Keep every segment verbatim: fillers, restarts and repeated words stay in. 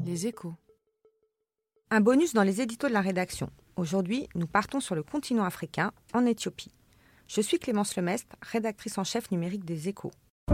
Les Échos. Un bonus dans les éditos de la rédaction. Aujourd'hui, nous partons sur le continent africain, en Éthiopie. Je suis Clémence Lemestre, rédactrice en chef numérique des Échos.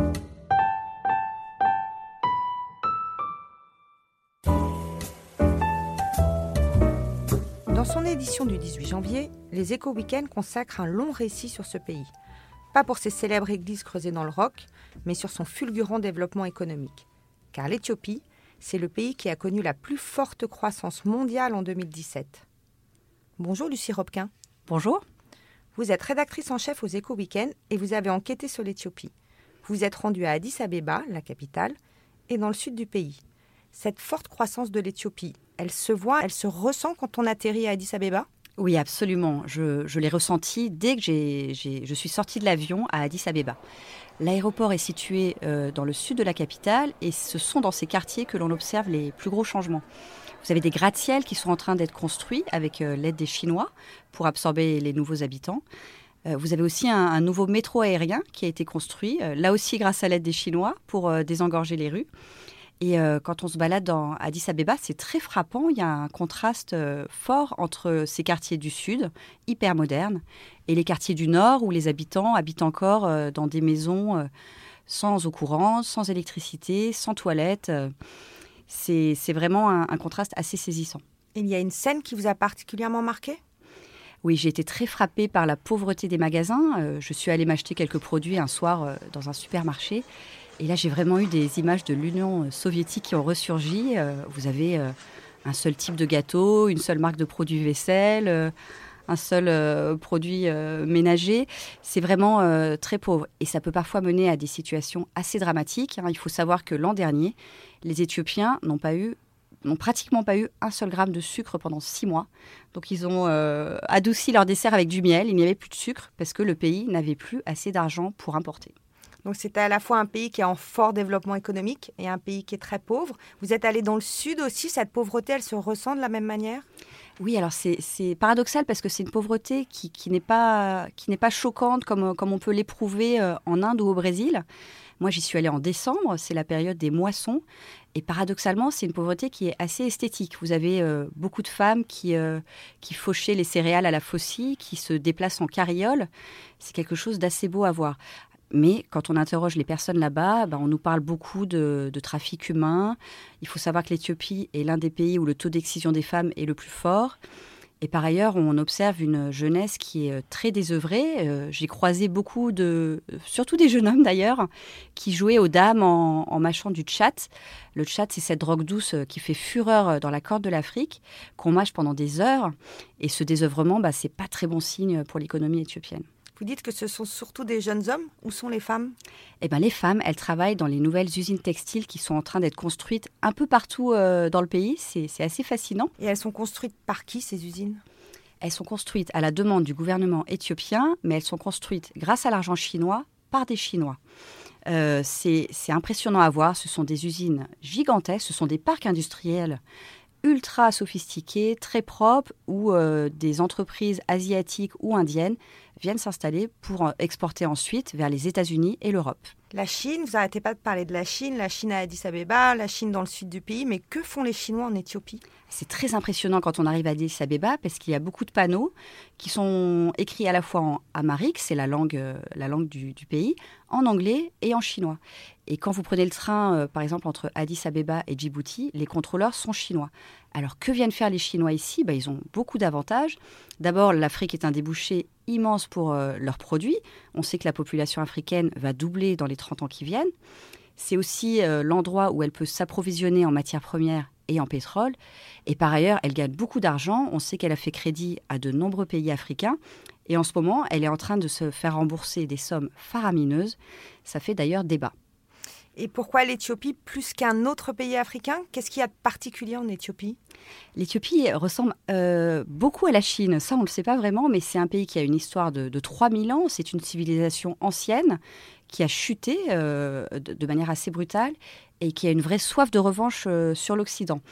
Dans son édition du dix-huit janvier, les Échos Week-end consacrent un long récit sur ce pays. Pas pour ses célèbres églises creusées dans le roc, mais sur son fulgurant développement économique. Car l'Éthiopie, c'est le pays qui a connu la plus forte croissance mondiale en deux mille dix-sept. Bonjour Lucie Robquin. Bonjour. Vous êtes rédactrice en chef aux Échos Week-end et vous avez enquêté sur l'Éthiopie. Vous vous êtes rendue à Addis Abeba, la capitale, et dans le sud du pays. Cette forte croissance de l'Éthiopie, elle se voit, elle se ressent quand on atterrit à Addis Abeba ? Oui, absolument. Je, je l'ai ressenti dès que j'ai, j'ai, je suis sortie de l'avion à Addis Abeba. L'aéroport est situé euh, dans le sud de la capitale et ce sont dans ces quartiers que l'on observe les plus gros changements. Vous avez des gratte-ciels qui sont en train d'être construits avec euh, l'aide des Chinois pour absorber les nouveaux habitants. Euh, vous avez aussi un, un nouveau métro aérien qui a été construit, euh, là aussi grâce à l'aide des Chinois, pour euh, désengorger les rues. Et euh, quand on se balade dans Addis Abeba, c'est très frappant. Il y a un contraste euh, fort entre ces quartiers du sud, hyper modernes, et les quartiers du nord, où les habitants habitent encore euh, dans des maisons euh, sans eau courante, sans électricité, sans toilettes. Euh, c'est, c'est vraiment un, un contraste assez saisissant. Il y a une scène qui vous a particulièrement marqué ? Oui, j'ai été très frappée par la pauvreté des magasins. Euh, je suis allée m'acheter quelques produits un soir euh, dans un supermarché. Et là, j'ai vraiment eu des images de l'Union soviétique qui ont ressurgi. Euh, vous avez euh, un seul type de gâteau, une seule marque de produits vaisselle, euh, un seul euh, produit euh, ménager. C'est vraiment euh, très pauvre. Et ça peut parfois mener à des situations assez dramatiques. Hein. Il faut savoir que l'an dernier, les Éthiopiens n'ont pas eu n'ont pratiquement pas eu un seul gramme de sucre pendant six mois. Donc, ils ont euh, adouci leur dessert avec du miel. Il n'y avait plus de sucre parce que le pays n'avait plus assez d'argent pour importer. Donc, c'est à la fois un pays qui est en fort développement économique et un pays qui est très pauvre. Vous êtes allé dans le sud aussi. Cette pauvreté, elle se ressent de la même manière ? Oui, alors c'est, c'est paradoxal parce que c'est une pauvreté qui, qui, n'est, pas, qui n'est pas choquante comme, comme on peut l'éprouver en Inde ou au Brésil. Moi, j'y suis allée en décembre. C'est la période des moissons. Et paradoxalement, c'est une pauvreté qui est assez esthétique. Vous avez euh, beaucoup de femmes qui, euh, qui fauchaient les céréales à la faucille, qui se déplacent en carriole. C'est quelque chose d'assez beau à voir. Mais quand on interroge les personnes là-bas, ben on nous parle beaucoup de, de trafic humain. Il faut savoir que l'Éthiopie est l'un des pays où le taux d'excision des femmes est le plus fort. Et par ailleurs, on observe une jeunesse qui est très désœuvrée. Euh, j'ai croisé beaucoup de, surtout des jeunes hommes d'ailleurs, qui jouaient aux dames en, en mâchant du tchat. Le tchat, c'est cette drogue douce qui fait fureur dans la Corne de l'Afrique, qu'on mâche pendant des heures. Et ce désœuvrement, bah, c'est pas très bon signe pour l'économie éthiopienne. Vous dites que ce sont surtout des jeunes hommes. Où sont les femmes ? Eh ben, les femmes, elles travaillent dans les nouvelles usines textiles qui sont en train d'être construites un peu partout euh, dans le pays. C'est, c'est assez fascinant. Et elles sont construites par qui, ces usines ? Elles sont construites à la demande du gouvernement éthiopien, mais elles sont construites grâce à l'argent chinois par des Chinois. Euh, c'est, c'est impressionnant à voir. Ce sont des usines gigantesques. Ce sont des parcs industriels ultra sophistiqués, très propres, où euh, des entreprises asiatiques ou indiennes viennent s'installer pour exporter ensuite vers les États-Unis et l'Europe. La Chine, vous n'arrêtez pas de parler de la Chine, la Chine à Addis Abeba, la Chine dans le sud du pays, mais que font les Chinois en Éthiopie ? C'est très impressionnant quand on arrive à Addis Abeba parce qu'il y a beaucoup de panneaux qui sont écrits à la fois en amharique, c'est la langue, euh, la langue du, du pays, en anglais et en chinois. Et quand vous prenez le train, euh, par exemple, entre Addis Abeba et Djibouti, les contrôleurs sont chinois. Alors, que viennent faire les Chinois ici ? Ben, ils ont beaucoup d'avantages. D'abord, l'Afrique est un débouché immense pour euh, leurs produits. On sait que la population africaine va doubler dans les trente ans qui viennent. C'est aussi euh, l'endroit où elle peut s'approvisionner en matières premières et en pétrole. Et par ailleurs, elle gagne beaucoup d'argent. On sait qu'elle a fait crédit à de nombreux pays africains. Et en ce moment, elle est en train de se faire rembourser des sommes faramineuses. Ça fait d'ailleurs débat. Et pourquoi l'Éthiopie plus qu'un autre pays africain ? Qu'est-ce qu'il y a de particulier en Éthiopie ? L'Éthiopie ressemble euh, beaucoup à la Chine. Ça, on ne le sait pas vraiment, mais c'est un pays qui a une histoire de, de trois mille ans. C'est une civilisation ancienne qui a chuté euh, de, de manière assez brutale et qui a une vraie soif de revanche euh, sur l'Occident.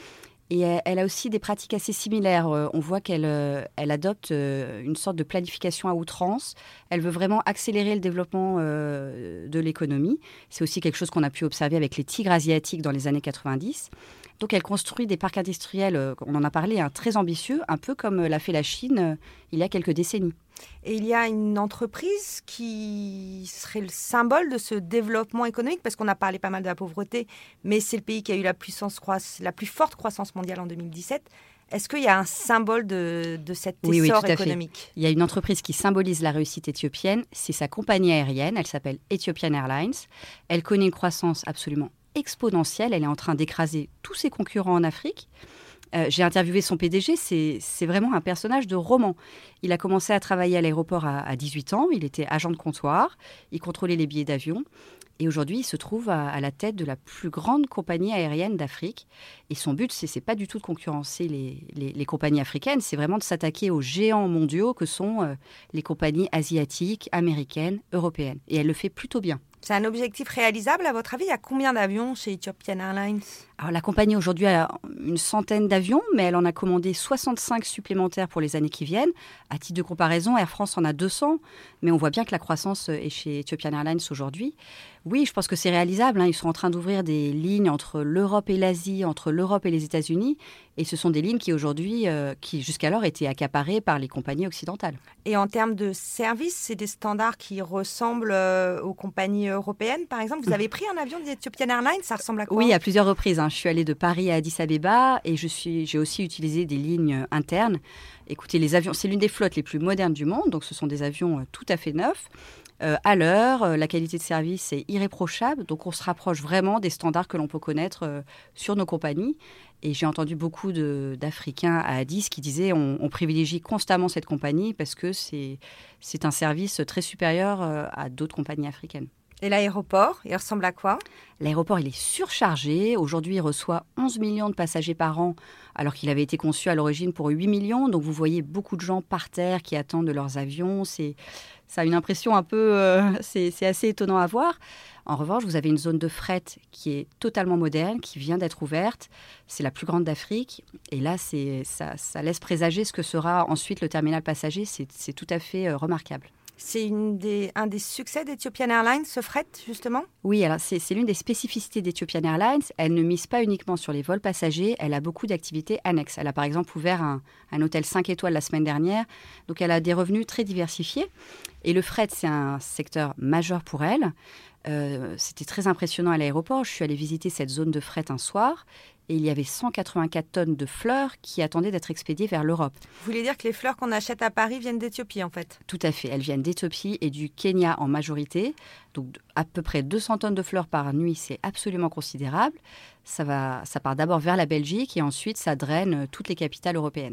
Et elle, elle a aussi des pratiques assez similaires. Euh, on voit qu'elle euh, elle adopte euh, une sorte de planification à outrance. Elle veut vraiment accélérer le développement euh, de l'économie. C'est aussi quelque chose qu'on a pu observer avec les tigres asiatiques dans les années quatre-vingt-dix. Donc elle construit des parcs industriels, euh, on en a parlé, hein, très ambitieux, un peu comme l'a fait la Chine euh, il y a quelques décennies. Et il y a une entreprise qui serait le symbole de ce développement économique, parce qu'on a parlé pas mal de la pauvreté, mais c'est le pays qui a eu la, puissance, la plus forte croissance mondiale en deux mille dix-sept. Est-ce qu'il y a un symbole de, de cet essor oui, oui, tout à économique ? Fait. Il y a une entreprise qui symbolise la réussite éthiopienne, c'est sa compagnie aérienne, elle s'appelle Ethiopian Airlines. Elle connaît une croissance absolument exponentielle, elle est en train d'écraser tous ses concurrents en Afrique. Euh, j'ai interviewé son P D G, c'est, c'est vraiment un personnage de roman. Il a commencé à travailler à l'aéroport à, à dix-huit ans, il était agent de comptoir, il contrôlait les billets d'avion. Et aujourd'hui, il se trouve à, à la tête de la plus grande compagnie aérienne d'Afrique. Et son but, ce n'est pas du tout de concurrencer les, les, les compagnies africaines, c'est vraiment de s'attaquer aux géants mondiaux que sont euh, les compagnies asiatiques, américaines, européennes. Et elle le fait plutôt bien. C'est un objectif réalisable, à votre avis ? Il y a combien d'avions chez Ethiopian Airlines ? Alors, la compagnie aujourd'hui a une centaine d'avions, mais elle en a commandé soixante-cinq supplémentaires pour les années qui viennent. À titre de comparaison, Air France en a deux cents, mais on voit bien que la croissance est chez Ethiopian Airlines aujourd'hui. Oui, je pense que c'est réalisable, hein. Ils sont en train d'ouvrir des lignes entre l'Europe et l'Asie, entre l'Europe et les États-Unis, et ce sont des lignes qui aujourd'hui, euh, qui jusqu'alors étaient accaparées par les compagnies occidentales. Et en termes de services, c'est des standards qui ressemblent euh, aux compagnies européennes, par exemple. Vous avez pris un avion d'Ethiopian Airlines, ça ressemble à quoi ? Oui, à plusieurs reprises, hein. Je suis allée de Paris à Addis Abeba et je suis, j'ai aussi utilisé des lignes internes. Écoutez, les avions, c'est l'une des flottes les plus modernes du monde, donc ce sont des avions tout à fait neufs. Euh, à l'heure, euh, la qualité de service est irréprochable, donc on se rapproche vraiment des standards que l'on peut connaître euh, sur nos compagnies. Et j'ai entendu beaucoup de, d'Africains à Addis qui disaient on, on privilégie constamment cette compagnie parce que c'est, c'est un service très supérieur euh, à d'autres compagnies africaines. Et l'aéroport, il ressemble à quoi ? L'aéroport, il est surchargé. Aujourd'hui, il reçoit onze millions de passagers par an, alors qu'il avait été conçu à l'origine pour huit millions. Donc, vous voyez beaucoup de gens par terre qui attendent leurs avions. C'est, ça a une impression un peu... Euh, c'est, c'est assez étonnant à voir. En revanche, vous avez une zone de fret qui est totalement moderne, qui vient d'être ouverte. C'est la plus grande d'Afrique. Et là, c'est, ça, ça laisse présager ce que sera ensuite le terminal passager. C'est, c'est tout à fait euh, remarquable. C'est une des, un des succès d'Ethiopian Airlines, ce fret, justement ? Oui, alors c'est, c'est l'une des spécificités d'Ethiopian Airlines. Elle ne mise pas uniquement sur les vols passagers, elle a beaucoup d'activités annexes. Elle a par exemple ouvert un, un hôtel cinq étoiles la semaine dernière, donc elle a des revenus très diversifiés. Et le fret, c'est un secteur majeur pour elle. Euh, c'était très impressionnant à l'aéroport. Je suis allée visiter cette zone de fret un soir. Et il y avait cent quatre-vingt-quatre tonnes de fleurs qui attendaient d'être expédiées vers l'Europe. Vous voulez dire que les fleurs qu'on achète à Paris viennent d'Éthiopie, en fait ? Tout à fait. Elles viennent d'Éthiopie et du Kenya en majorité. Donc, à peu près deux cents tonnes de fleurs par nuit, c'est absolument considérable. Ça va, ça part d'abord vers la Belgique et ensuite, ça draine toutes les capitales européennes.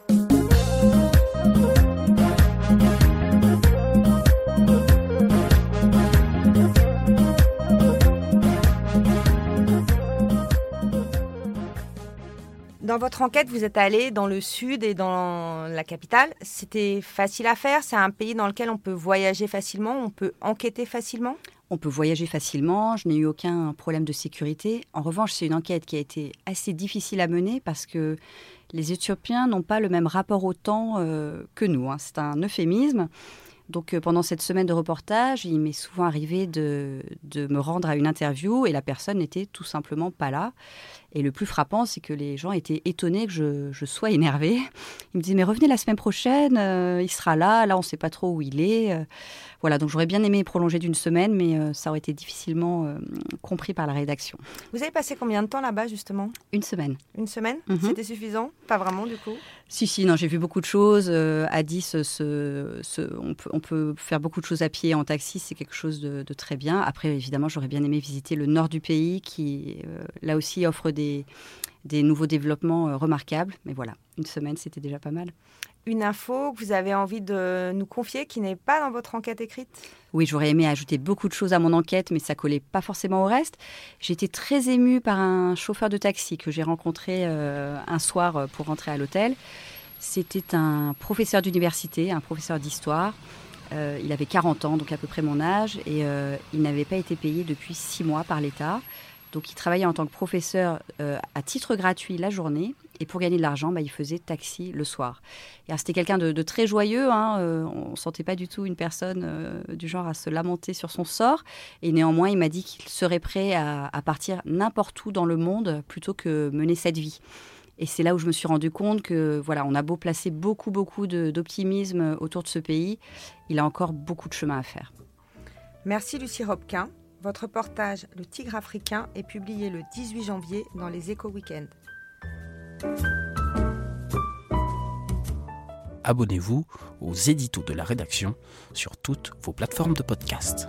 Dans votre enquête, vous êtes allé dans le sud et dans la capitale. C'était facile à faire ? C'est un pays dans lequel on peut voyager facilement, on peut enquêter facilement ? On peut voyager facilement, je n'ai eu aucun problème de sécurité. En revanche, c'est une enquête qui a été assez difficile à mener parce que les Éthiopiens n'ont pas le même rapport au temps euh, que nous, hein. C'est un euphémisme. Donc, euh, pendant cette semaine de reportage, il m'est souvent arrivé de, de me rendre à une interview et la personne n'était tout simplement pas là. Et le plus frappant, c'est que les gens étaient étonnés que je, je sois énervée. Ils me disaient « mais revenez la semaine prochaine, euh, il sera là, là on ne sait pas trop où il est euh. ». Voilà, donc j'aurais bien aimé prolonger d'une semaine, mais euh, ça aurait été difficilement euh, compris par la rédaction. Vous avez passé combien de temps là-bas, justement ? Une semaine. Une semaine ? Mm-hmm. C'était suffisant ? Pas vraiment, du coup ? Si, si, non, j'ai vu beaucoup de choses. Euh, Addis, ce, ce, on, peut, on peut faire beaucoup de choses à pied, en taxi, c'est quelque chose de, de très bien. Après, évidemment, j'aurais bien aimé visiter le nord du pays, qui, euh, là aussi, offre des, des nouveaux développements euh, remarquables. Mais voilà, une semaine, c'était déjà pas mal. Une info que vous avez envie de nous confier, qui n'est pas dans votre enquête écrite ? Oui, j'aurais aimé ajouter beaucoup de choses à mon enquête, mais ça collait pas forcément au reste. J'ai été très émue par un chauffeur de taxi que j'ai rencontré euh, un soir pour rentrer à l'hôtel. C'était un professeur d'université, un professeur d'histoire. Euh, il avait quarante ans, donc à peu près mon âge, et euh, il n'avait pas été payé depuis six mois par l'État. Donc, il travaillait en tant que professeur euh, à titre gratuit la journée. Et pour gagner de l'argent, bah, il faisait taxi le soir. Et alors, c'était quelqu'un de, de très joyeux. Hein, euh, on ne sentait pas du tout une personne euh, du genre à se lamenter sur son sort. Et néanmoins, il m'a dit qu'il serait prêt à, à partir n'importe où dans le monde plutôt que mener cette vie. Et c'est là où je me suis rendu compte que, voilà, on a beau placer beaucoup, beaucoup de, d'optimisme autour de ce pays, il a encore beaucoup de chemin à faire. Merci Lucie Robquin. Votre reportage « Le tigre africain » est publié le dix-huit janvier dans les Éco-Weekends. Abonnez-vous aux éditos de la rédaction sur toutes vos plateformes de podcast.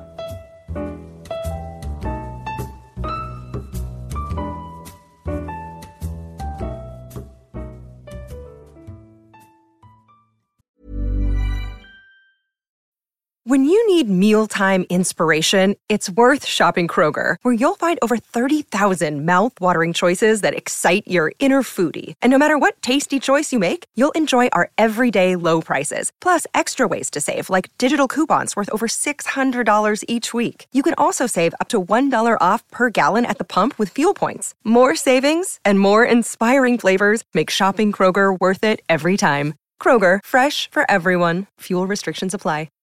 When you need mealtime inspiration, it's worth shopping Kroger, where you'll find over thirty thousand mouth-watering choices that excite your inner foodie. And no matter what tasty choice you make, you'll enjoy our everyday low prices, plus extra ways to save, like digital coupons worth over six hundred dollars each week. You can also save up to one dollar off per gallon at the pump with fuel points. More savings and more inspiring flavors make shopping Kroger worth it every time. Kroger, fresh for everyone. Fuel restrictions apply.